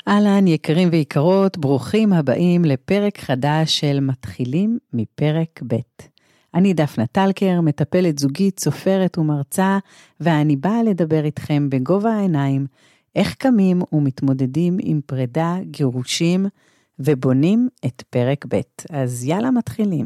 אהלן יקרים ויקרות, ברוכים הבאים לפרק חדש של מתחילים מפרק ב'. אני דפנה טלקר, מטפלת זוגית, סופרת ומרצה, ואני באה לדבר איתכם בגובה העיניים, איך קמים ומתמודדים עם פרידה, גירושים, ובונים את פרק ב'. אז יאללה מתחילים.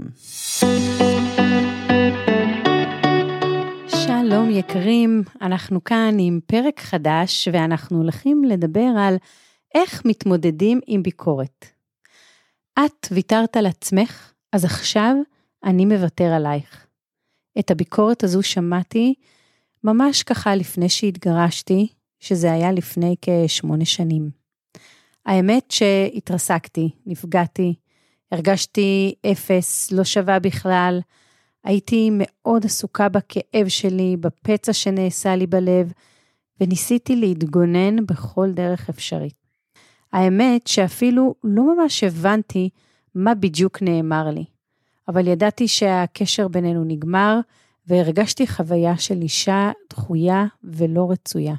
שלום יקרים, אנחנו כאן עם פרק חדש, ואנחנו הולכים לדבר על איך מתמודדים עם ביקורת. את ויתרת על עצמך, אז עכשיו אני מוותר עלייך. את הביקורת הזו שמעתי ממש ככה לפני שהתגרשתי, שזה היה לפני כ8 שנים. האמת שהתרסקתי, נפגעתי, הרגשתי אפס, לא שווה בכלל, הייתי מאוד עסוקה בכאב שלי, בפצע שנעשה לי בלב, וניסיתי להתגונן בכל דרך אפשרית. האמת שאפילו לא ממש הבנתי מה בדיוק נאמר לי, אבל ידעתי שהקשר בינינו נגמר, והרגשתי חוויה של אישה דחויה ולא רצויה.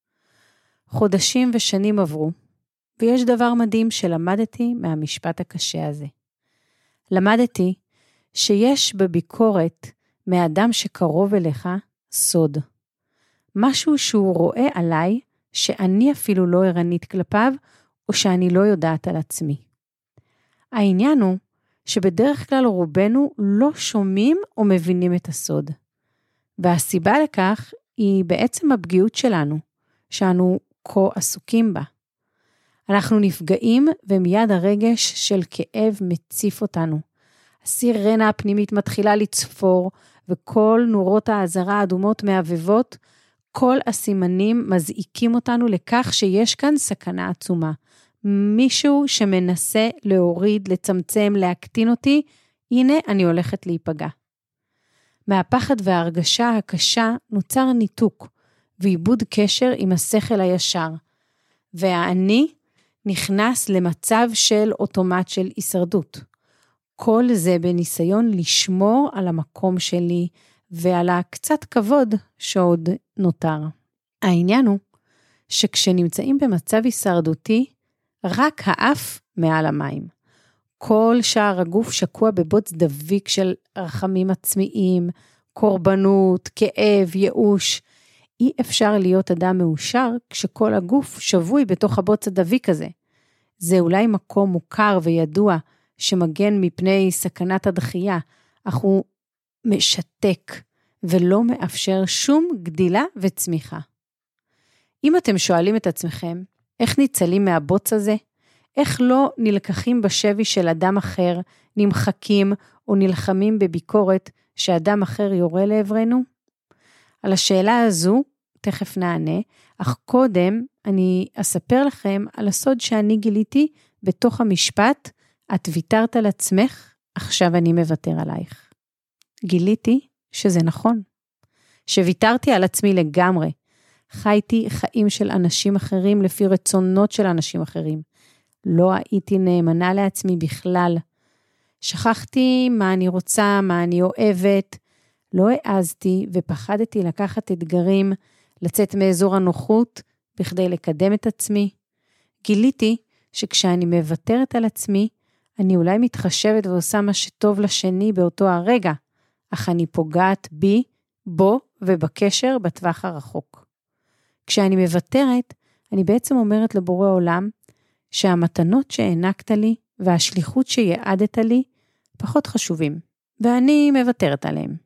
חודשים ושנים עברו, ויש דבר מדהים שלמדתי מהמשפט הקשה הזה. למדתי שיש בביקורת מאדם שקרוב אליך סוד. משהו שהוא רואה עליי שאני אפילו לא ערנית כלפיו, או שאני לא יודעת על עצמי. העניין הוא שבדרך כלל רובנו לא שומעים או מבינים את הסוד. והסיבה לכך היא בעצם הפגיעות שלנו, שאנו כה עסוקים בה. אנחנו נפגעים ומיד הרגש של כאב מציף אותנו. הסירנה הפנימית מתחילה לצפור, וכל נורות האזהרה האדומות מעבבות, כל הסימנים מזעיקים אותנו לכך שיש כאן סכנה עצומה. מישהו שמנסה להוריד, לצמצם, להקטין אותי, הנה אני הולכת להיפגע. מהפחד וההרגשה הקשה נוצר ניתוק, ואיבוד קשר עם השכל הישר. והאני נכנס למצב של אוטומט של הישרדות. כל זה בניסיון לשמור על המקום שלי, ועל הקצת כבוד שעוד נותר. העניין הוא שכשנמצאים במצב הישרדותי, רק האף מעל המים. כל שער הגוף שקוע בבוץ דביק של רחמים עצמיים, קורבנות, כאב, ייאוש. אי אפשר להיות אדם מאושר כשכל הגוף שבוי בתוך הבוץ הדביק הזה. זה אולי מקום מוכר וידוע שמגן מפני סכנת הדחייה, אך הוא משתק ולא מאפשר שום גדילה וצמיחה. אם אתם שואלים את עצמכם, איך ניצלים מהבוץ הזה? איך לא נלקחים בשבי של אדם אחר, נמחקים או נלחמים בביקורת שאדם אחר יורה לעברנו? על השאלה הזו תכף נענה, אך קודם אני אספר לכם על הסוד שאני גיליתי בתוך המשפט, את ויתרת על עצמך, עכשיו אני מוותר עלייך. גיליתי שזה נכון, שוויתרתי על עצמי לגמרי, חייתי חיים של אנשים אחרים לפי רצונות של אנשים אחרים, לא הייתי נאמנה לעצמי בכלל, שכחתי מה אני רוצה, מה אני אוהבת, לא העזתי ופחדתי לקחת אתגרים, לצאת מאזור הנוחות בכדי לקדם את עצמי, גיליתי שכשאני מוותרת על עצמי, אני אולי מתחשבת ועושה מה שטוב לשני באותו הרגע, אך אני פוגעת בי, בו ובקשר בטווח הרחוק. כשאני מוותרת, אני בעצם אומרת לבורא עולם, שהמתנות שהענקת לי והשליחות שיעדת לי פחות חשובים, ואני מוותרת עליהם.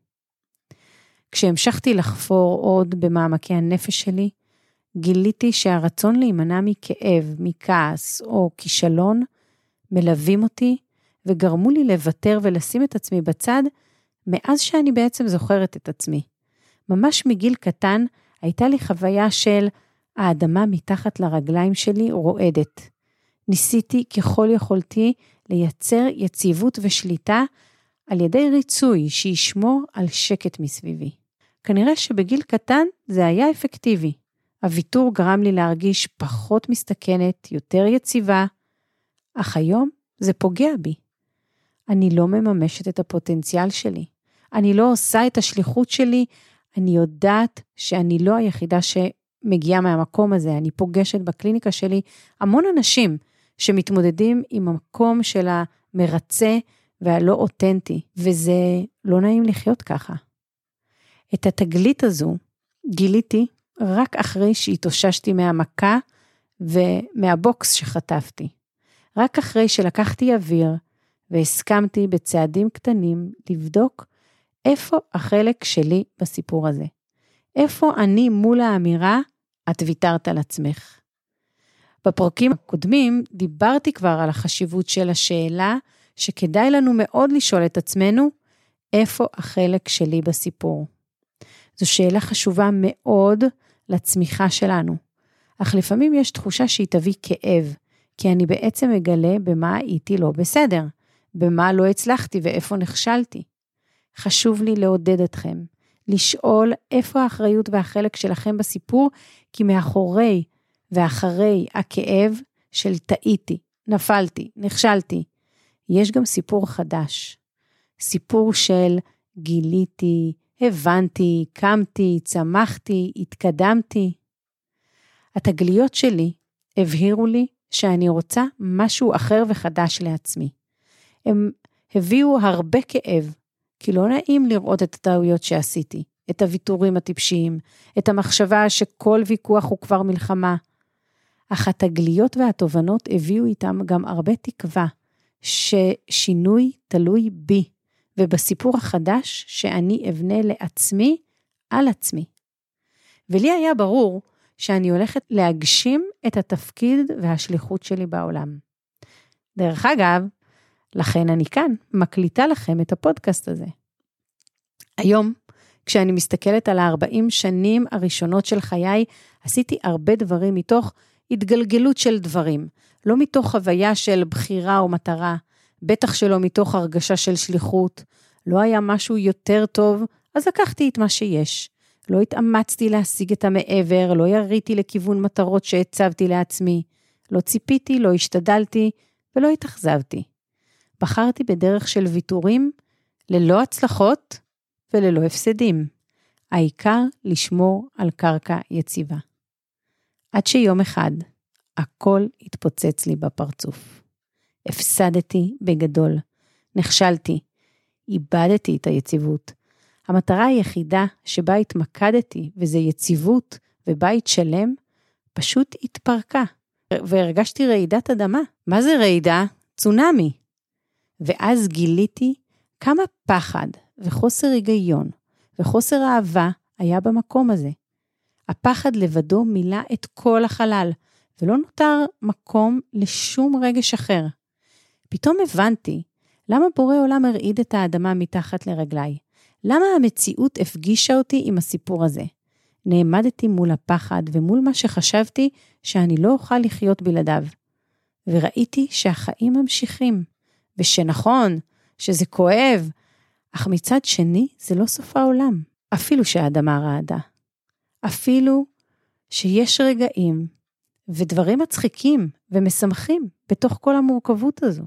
כשהמשכתי לחפור עוד במעמקי הנפש שלי, גיליתי שהרצון להימנע מכאב, מכעס או כישלון, מלווים אותי וגרמו לי לוותר ולשים את עצמי בצד, מאז שאני בעצם זוכרת את עצמי. ממש מגיל קטן הייתה לי חוויה של האדמה מתחת לרגליים שלי רועדת. ניסיתי ככל יכולתי לייצר יציבות ושליטה על ידי ריצוי שישמור על שקט מסביבי. כנראה שבגיל קטן זה היה אפקטיבי. הוויתור גרם לי להרגיש פחות מסתכנת, יותר יציבה, אך היום זה פוגע בי. אני לא מממשת את הפוטנציאל שלי. אני לא עושה את השליחות שלי, אני יודעת שאני לא היחידה מגיעה מהמקום הזה, אני פוגשת בקליניקה שלי המון אנשים שמתמודדים עם המקום של המרצה והלא אותנטי, וזה לא נעים לחיות ככה. את התגלית הזו גיליתי רק אחרי שהתאוששתי מהמכה ומהבוקס שחטפתי. רק אחרי שלקחתי אוויר והסכמתי בצעדים קטנים לבדוק איפה החלק שלי בסיפור הזה. איפה אני מול האמירה, את ויתרת על עצמך. בפרקים הקודמים דיברתי כבר על החשיבות של השאלה שכדאי לנו מאוד לשאול את עצמנו, איפה החלק שלי בסיפור. זו שאלה חשובה מאוד לצמיחה שלנו. אך לפעמים יש תחושה שהיא תביא כאב, כי אני בעצם מגלה במה הייתי לא בסדר, במה לא הצלחתי ואיפה נכשלתי. חשוב לי לעודד אתכם, לשאול איפה האחריות והחלק שלכם בסיפור, כי מאחורי ואחרי הכאב של טעיתי, נפלתי, נכשלתי, יש גם סיפור חדש. סיפור של גיליתי, הבנתי, קמתי, צמחתי, התקדמתי. התגליות שלי הבהירו לי שאני רוצה משהו אחר וחדש לעצמי. הם הביאו הרבה כאב, כי לא נעים לראות את הטעויות שעשיתי, את הוויתורים הטיפשיים, את המחשבה שכל ויכוח הוא כבר מלחמה. אך התגליות והתובנות הביאו איתם גם הרבה תקווה, ששינוי תלוי בי, ובסיפור החדש שאני אבנה לעצמי על עצמי. ולי היה ברור שאני הולכת להגשים את התפקיד והשליחות שלי בעולם. דרך אגב, לכן אני כאן, מקליטה לכם את הפודקאסט הזה. היום, כשאני מסתכלת על 40 שנים הראשונות של חיי, עשיתי הרבה דברים מתוך התגלגלות של דברים, לא מתוך חוויה של בחירה או מטרה, בטח שלא מתוך הרגשה של שליחות, לא היה משהו יותר טוב, אז לקחתי את מה שיש. לא התאמצתי להשיג את המעבר, לא יריתי לכיוון מטרות שהצבתי לעצמי, לא ציפיתי, לא השתדלתי ולא התאכזבתי. בחרתי בדרך של ויתורים, ללא הצלחות וללא הפסדים. העיקר לשמור על קרקע יציבה. עד שיום אחד, הכל התפוצץ לי בפרצוף. הפסדתי בגדול, נכשלתי, איבדתי את היציבות. המטרה היחידה שבה התמקדתי, וזה יציבות ובית שלם, פשוט התפרקה. והרגשתי רעידת אדמה. מה זה רעידה? צונמי. ואז גיליתי כמה פחד וחוסר היגיון וחוסר אהבה היה במקום הזה. הפחד לבדו מילא את כל החלל, ולא נותר מקום לשום רגש אחר. פתאום הבנתי למה בורא עולם הרעיד את האדמה מתחת לרגליי. למה המציאות הפגישה אותי עם הסיפור הזה? נעמדתי מול הפחד ומול מה שחשבתי שאני לא אוכל לחיות בלעדיו. וראיתי שהחיים ממשיכים, ושנכון, שזה כואב, אך מצד שני זה לא סוף העולם, אפילו שהאדמה רעדה. אפילו שיש רגעים ודברים מצחיקים ומשמחים בתוך כל המורכבות הזו.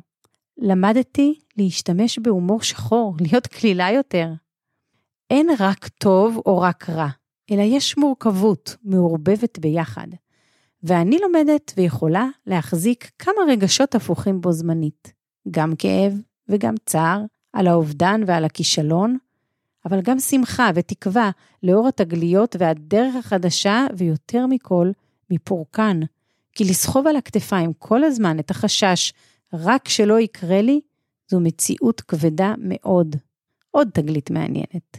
למדתי להשתמש בהומור שחור, להיות כלילה יותר. אין רק טוב או רק רע, אלא יש מורכבות מעורבבת ביחד. ואני לומדת ויכולה להחזיק כמה רגשות הפוכים בו זמנית. גם כאב וגם צער על האובדן ועל הכישלון, אבל גם שמחה ותקווה לאור התגליות והדרך החדשה, ויותר מכל מפורקן. כי לסחוב על הכתפיים כל הזמן את החשש רק שלא יקרה לי, זו מציאות כבדה מאוד. עוד תגלית מעניינת.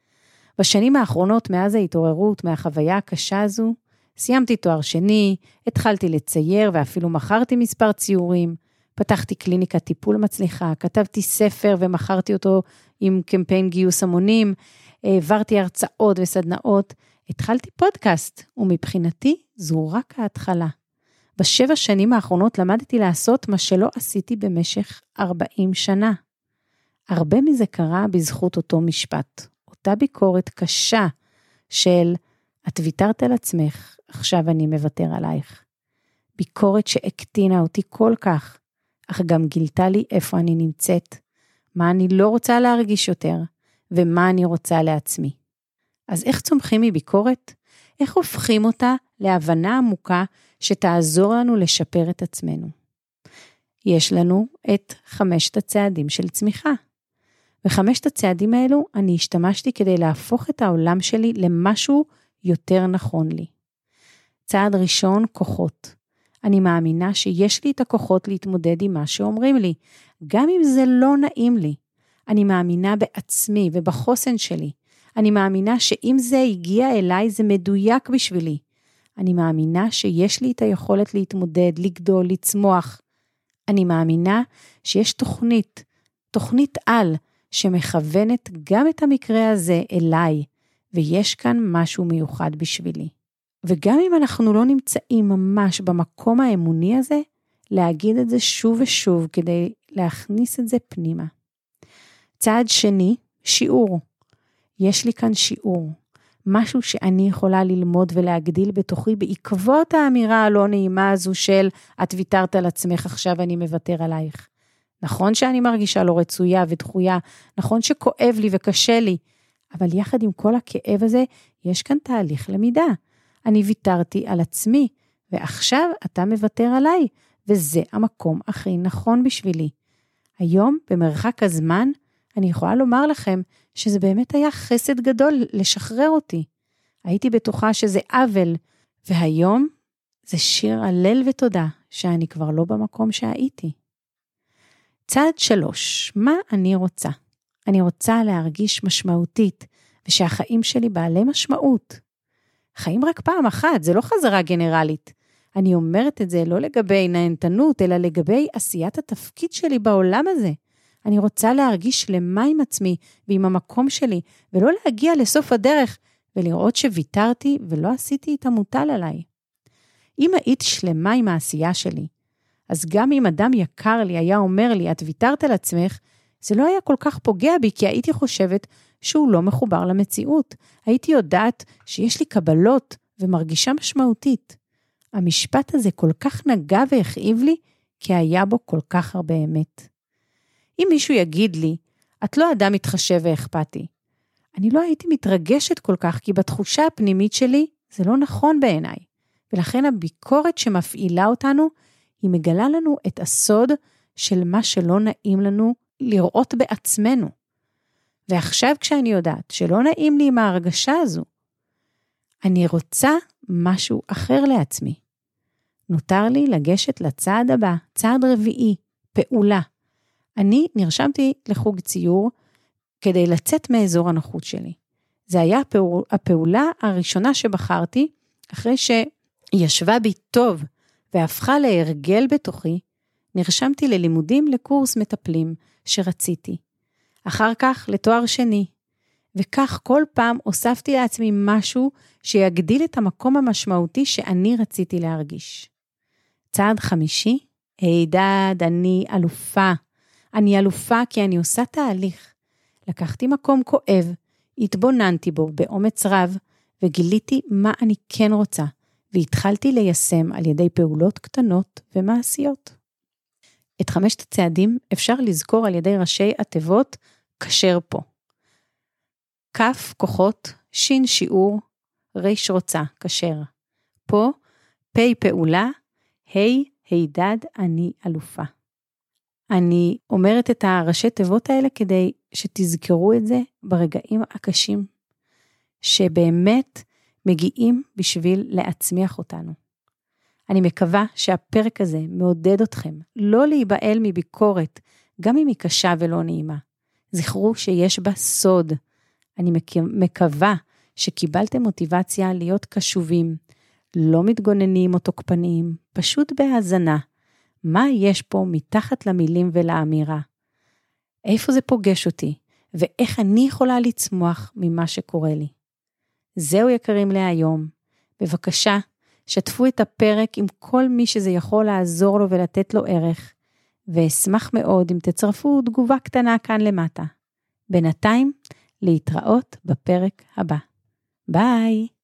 בשנים האחרונות מאז ההתעוררות מהחוויה הקשה הזו, סיימתי תואר שני, התחלתי לצייר ואפילו מכרתי מספר ציורים, פתחתי קליניקת טיפול מצליחה, כתבתי ספר ומכרתי אותו עם קמפיין גיוס המונים, העברתי הרצאות וסדנאות, התחלתי פודקאסט, ומבחינתי זו רק ההתחלה. ב7 שנים האחרונות למדתי לעשות מה שלא עשיתי במשך 40 שנה. הרבה מזה קרה בזכות אותו משפט, אותה ביקורת קשה של את ויתרת על עצמך, עכשיו אני מוותר עלייך. ביקורת שהקטינה אותי כל כך, אך גם גילתה לי איפה אני נמצאת, מה אני לא רוצה להרגיש יותר, ומה אני רוצה לעצמי. אז איך צומחים מביקורת? איך הופכים אותה להבנה עמוקה שתעזור לנו לשפר את עצמנו. יש לנו את 5 הצעדים של צמיחה. ו5 הצעדים האלו אני השתמשתי כדי להפוך את העולם שלי למשהו יותר נכון לי. צעד ראשון, כוחות. אני מאמינה שיש לי את הכוחות להתמודד עם מה שאומרים לי, גם אם זה לא נעים לי. אני מאמינה בעצמי ובחוסן שלי. אני מאמינה שאם זה הגיע אליי זה מדויק בשבילי. אני מאמינה שיש לי את היכולת להתמודד, לגדול, לצמוח. אני מאמינה שיש תוכנית על, שמכוונת גם את המקרה הזה אליי, ויש כאן משהו מיוחד בשבילי. וגם אם אנחנו לא נמצאים ממש במקום האמוני הזה, להגיד את זה שוב ושוב, כדי להכניס את זה פנימה. צעד שני, שיעור. יש לי כאן שיעור. משהו שאני יכולה ללמוד ולהגדיל בתוכי, בעקבות האמירה הלא נעימה הזו של, את ויתרת על עצמך, עכשיו אני מוותר עלייך. נכון שאני מרגישה לא רצויה ודחויה, נכון שכואב לי וקשה לי, אבל יחד עם כל הכאב הזה, יש כאן תהליך למידה. אני ויתרתי על עצמי, ועכשיו אתה מוותר עליי, וזה המקום הכי נכון בשבילי. היום, במרחק הזמן, אני יכולה לומר לכם, שזה באמת היה חסד גדול לשחרר אותי. הייתי בטוחה שזה עוול, והיום זה שיר הלל ותודה, שאני כבר לא במקום שהייתי. צעד 3, מה אני רוצה? אני רוצה להרגיש משמעותית, ושהחיים שלי בעלי משמעות. חיים רק פעם אחת, זה לא חזרה גנרלית. אני אומרת את זה לא לגבי נהנתנות, אלא לגבי עשיית התפקיד שלי בעולם הזה. אני רוצה להרגיש שלמה עם עצמי ועם המקום שלי, ולא להגיע לסוף הדרך, ולראות שוויתרתי ולא עשיתי את המוטל עליי. אם היית שלמה עם העשייה שלי, אז גם אם אדם יקר לי היה אומר לי, את ויתרת על עצמך, זה לא היה כל כך פוגע בי, כי הייתי חושבת שהוא לא מחובר למציאות. הייתי יודעת שיש לי קבלות ומרגישה משמעותית. המשפט הזה כל כך נגע והכאיב לי, כי היה בו כל כך הרבה אמת. אם מישהו יגיד לי, את לא אדם מתחשב ואכפתי, אני לא הייתי מתרגשת כל כך, כי בתחושה הפנימית שלי זה לא נכון בעיניי. ולכן הביקורת שמפעילה אותנו, היא מגלה לנו את הסוד של מה שלא נעים לנו לראות בעצמנו. ועכשיו כשאני יודעת שלא נעים לי עם ההרגשה הזו, אני רוצה משהו אחר לעצמי. נותר לי לגשת לצעד הבא, צעד רביעי, פעולה. אני נרשמתי לחוג ציור כדי לצאת מאזור הנוחות שלי. זה היה הפעולה הראשונה שבחרתי, אחרי שישבה בי טוב והפכה להרגל בתוכי, נרשמתי ללימודים לקורס מטפלים שרציתי. אחר כך לתואר שני, וכך כל פעם הוספתי לעצמי משהו שיגדיל את המקום המשמעותי שאני רציתי להרגיש. צעד 5, הידד, אני אלופה. אני אלופה כי אני עושה תהליך. לקחתי מקום כואב, התבוננתי בו באומץ רב, וגיליתי מה אני כן רוצה, והתחלתי ליישם על ידי פעולות קטנות ומעשיות. את 5 הצעדים אפשר לזכור על ידי ראשי התיבות כשר פה. כף כוחות, שין שיעור, ריש רוצה, כשר. פה, פי פעולה, היי, הידד, אני אלופה. אני אומרת את הראשי תיבות האלה כדי שתזכרו את זה ברגעים הקשים, שבאמת מגיעים בשביל להצמיח אותנו. אני מקווה שהפרק הזה מעודד אתכם לא להיבעל מביקורת, גם אם היא קשה ולא נעימה. זכרו שיש בה סוד. אני מקווה שקיבלתם מוטיבציה להיות קשובים, לא מתגוננים או תוקפניים, פשוט בהאזנה. מה יש פה מתחת למילים ולאמירה? איפה זה פוגש אותי? ואיך אני יכולה לצמוח ממה שקורה לי? זהו יקרים להיום. בבקשה, שתפו את הפרק עם כל מי שזה יכול לעזור לו ולתת לו ערך, ואשמח מאוד אם תצרפו תגובה קטנה כאן למטה. בינתיים, להתראות בפרק הבא. ביי!